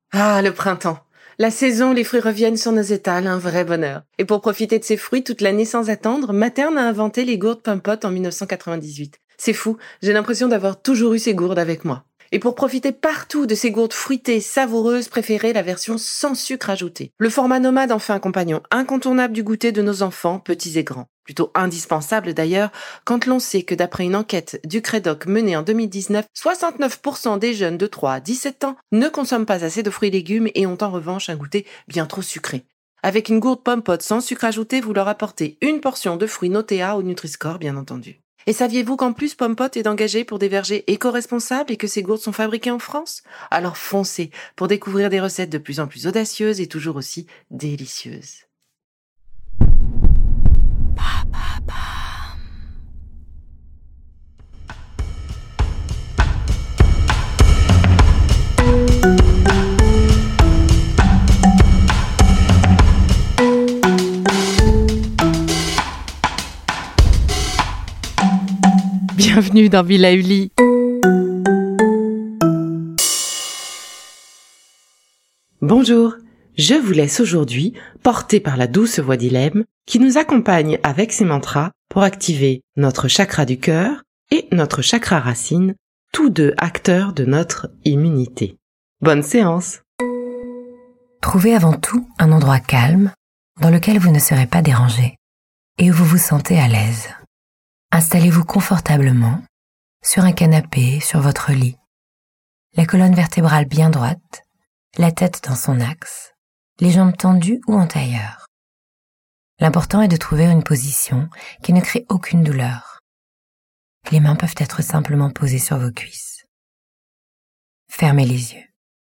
Ah, le printemps. La saison, les fruits reviennent sur nos étals, un vrai bonheur. Et pour profiter de ces fruits toute l'année sans attendre, Materne a inventé les gourdes Pump-Pot en 1998. C'est fou, j'ai l'impression d'avoir toujours eu ces gourdes avec moi. Et pour profiter partout de ces gourdes fruitées, savoureuses, préférez la version sans sucre ajouté. Le format nomade en fait un compagnon incontournable du goûter de nos enfants, petits et grands. Plutôt indispensable d'ailleurs, quand l'on sait que d'après une enquête du Crédoc menée en 2019, 69% des jeunes de 3 à 17 ans ne consomment pas assez de fruits et légumes et ont en revanche un goûter bien trop sucré. Avec une gourde Pump-Pot sans sucre ajouté, vous leur apportez une portion de fruits notés A au Nutri-Score, bien entendu. Et saviez-vous qu'en plus Pump-Pot est engagé pour des vergers éco-responsables et que ces gourdes sont fabriquées en France? Alors foncez pour découvrir des recettes de plus en plus audacieuses et toujours aussi délicieuses. Bienvenue dans Villa Uli. Bonjour, je vous laisse aujourd'hui, porté par la douce voix d'Ilem, qui nous accompagne avec ses mantras pour activer notre chakra du cœur et notre chakra racine, tous deux acteurs de notre immunité. Bonne séance! Trouvez avant tout un endroit calme dans lequel vous ne serez pas dérangé et où vous vous sentez à l'aise. Installez-vous confortablement sur un canapé, sur votre lit, la colonne vertébrale bien droite, la tête dans son axe, les jambes tendues ou en tailleur. L'important est de trouver une position qui ne crée aucune douleur. Les mains peuvent être simplement posées sur vos cuisses. Fermez les yeux.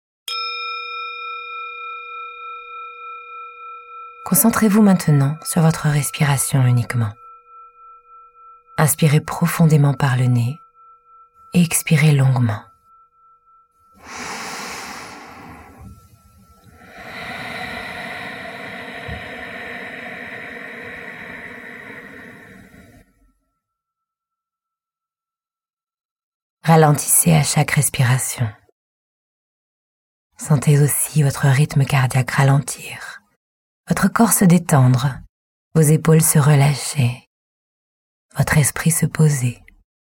Concentrez-vous maintenant sur votre respiration uniquement. Inspirez profondément par le nez et expirez longuement. Ralentissez à chaque respiration. Sentez aussi votre rythme cardiaque ralentir, votre corps se détendre, vos épaules se relâcher, votre esprit se poser.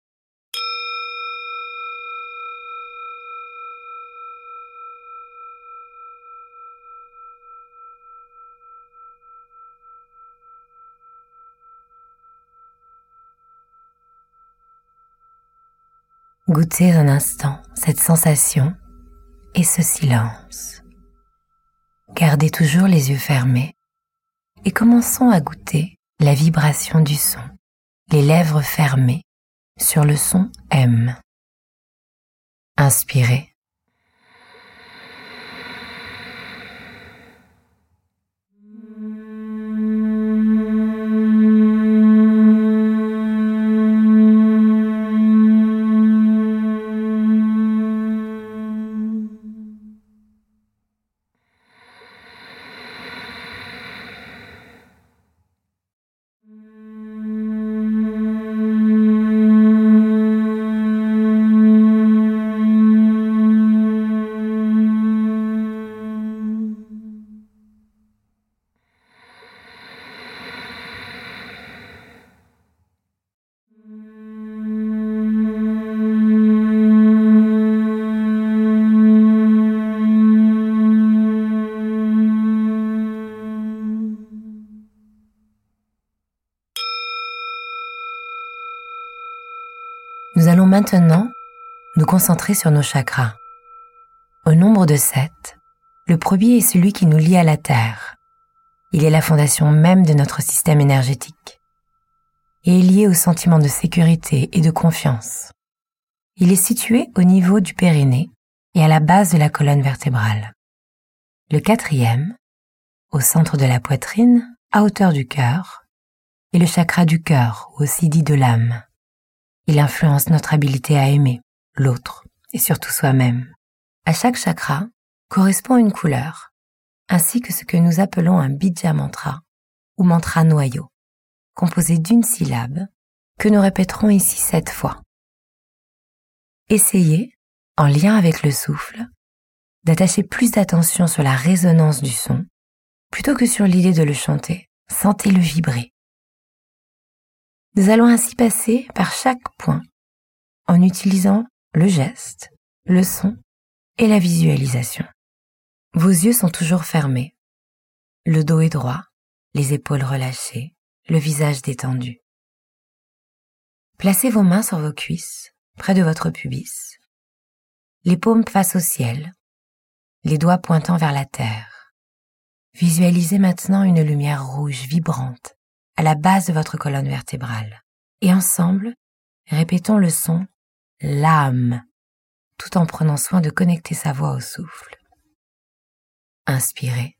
Goûtez un instant cette sensation et ce silence. Gardez toujours les yeux fermés et commençons à goûter la vibration du son, les lèvres fermées sur le son M. Inspirez. Nous allons maintenant nous concentrer sur nos chakras. Au nombre de 7, le premier est celui qui nous lie à la Terre. Il est la fondation même de notre système énergétique et est lié au sentiment de sécurité et de confiance. Il est situé au niveau du périnée et à la base de la colonne vertébrale. Le 4e, au centre de la poitrine, à hauteur du cœur, est le chakra du cœur, ou aussi dit de l'âme. Il influence notre habilité à aimer l'autre et surtout soi-même. À chaque chakra correspond une couleur, ainsi que ce que nous appelons un bija mantra ou mantra noyau, composé d'une syllabe que nous répéterons ici 7 fois. Essayez, en lien avec le souffle, d'attacher plus d'attention sur la résonance du son, plutôt que sur l'idée de le chanter. Sentez-le vibrer. Nous allons ainsi passer par chaque point en utilisant le geste, le son et la visualisation. Vos yeux sont toujours fermés. Le dos est droit, les épaules relâchées, le visage détendu. Placez vos mains sur vos cuisses, près de votre pubis. Les paumes face au ciel, les doigts pointant vers la terre. Visualisez maintenant une lumière rouge vibrante à la base de votre colonne vertébrale. Et ensemble, répétons le son « l'âme » tout en prenant soin de connecter sa voix au souffle. Inspirez.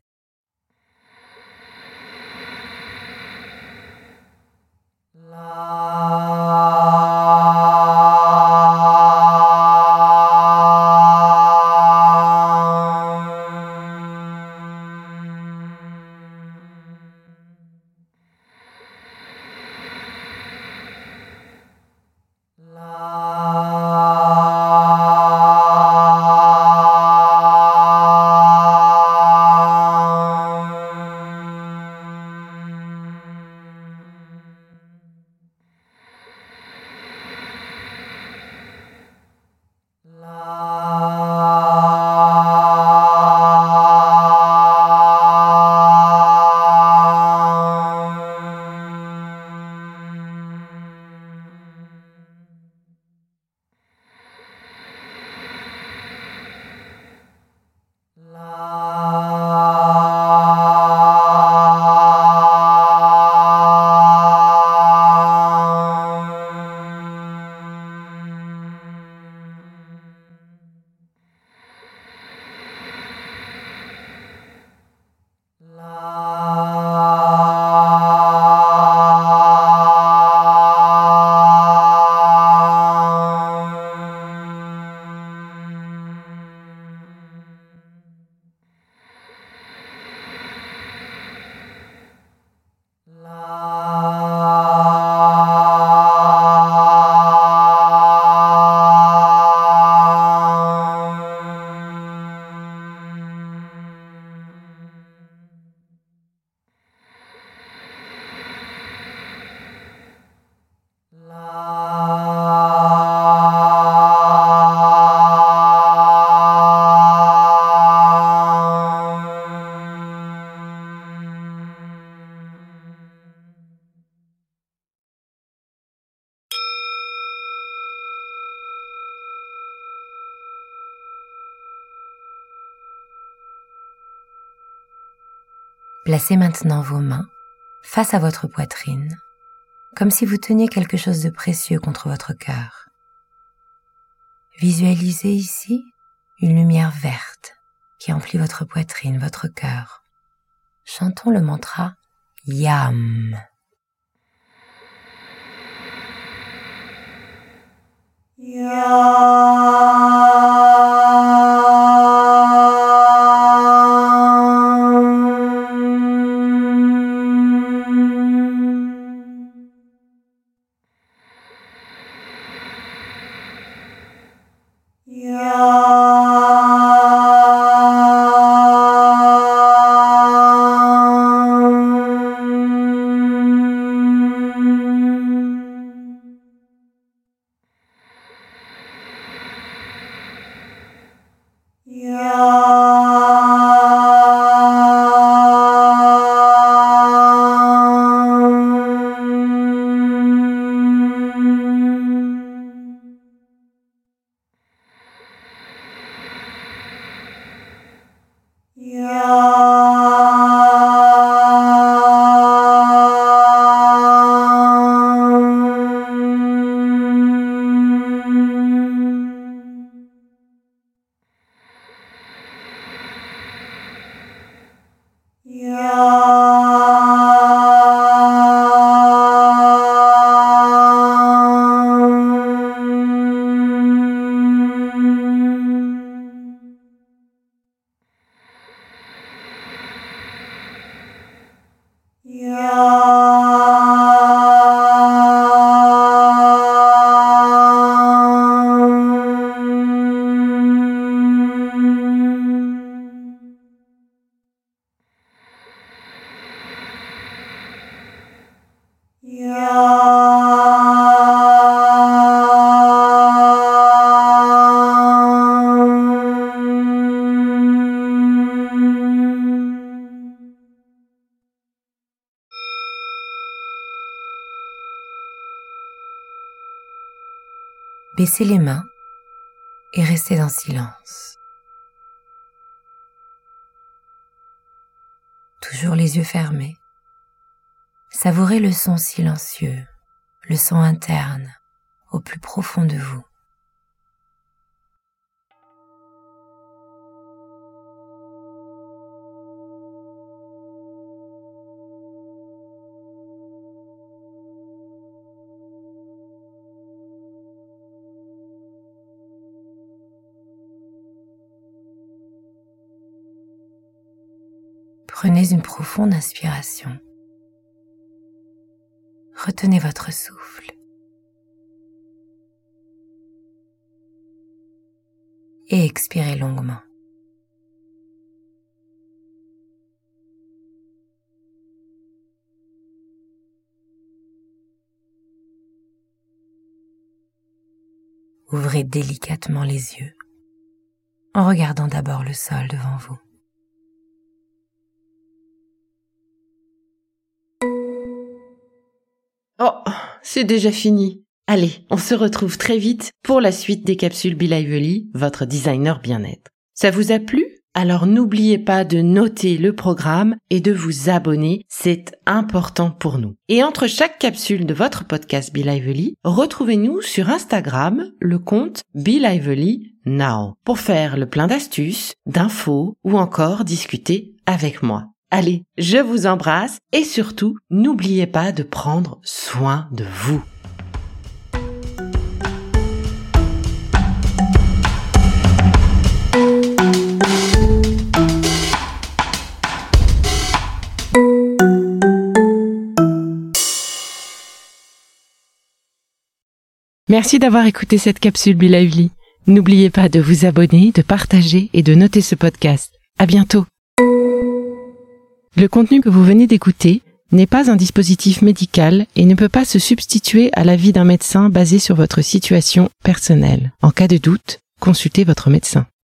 Placez maintenant vos mains face à votre poitrine, comme si vous teniez quelque chose de précieux contre votre cœur. Visualisez ici une lumière verte qui emplit votre poitrine, votre cœur. Chantons le mantra YAM. Baissez les mains et restez en silence. Toujours les yeux fermés. Savourez le son silencieux, le son interne, au plus profond de vous. Prenez une profonde inspiration. Retenez votre souffle. Et expirez longuement. Ouvrez délicatement les yeux en regardant d'abord le sol devant vous. Oh, c'est déjà fini. Allez, on se retrouve très vite pour la suite des capsules Be Lively, votre designer bien-être. Ça vous a plu? Alors n'oubliez pas de noter le programme et de vous abonner, c'est important pour nous. Et entre chaque capsule de votre podcast Be Lively, retrouvez-nous sur Instagram, le compte Be Lively Now, pour faire le plein d'astuces, d'infos ou encore discuter avec moi. Allez, je vous embrasse et surtout, n'oubliez pas de prendre soin de vous. Merci d'avoir écouté cette capsule Be Lively. N'oubliez pas de vous abonner, de partager et de noter ce podcast. À bientôt. Le contenu que vous venez d'écouter n'est pas un dispositif médical et ne peut pas se substituer à l'avis d'un médecin basé sur votre situation personnelle. En cas de doute, consultez votre médecin.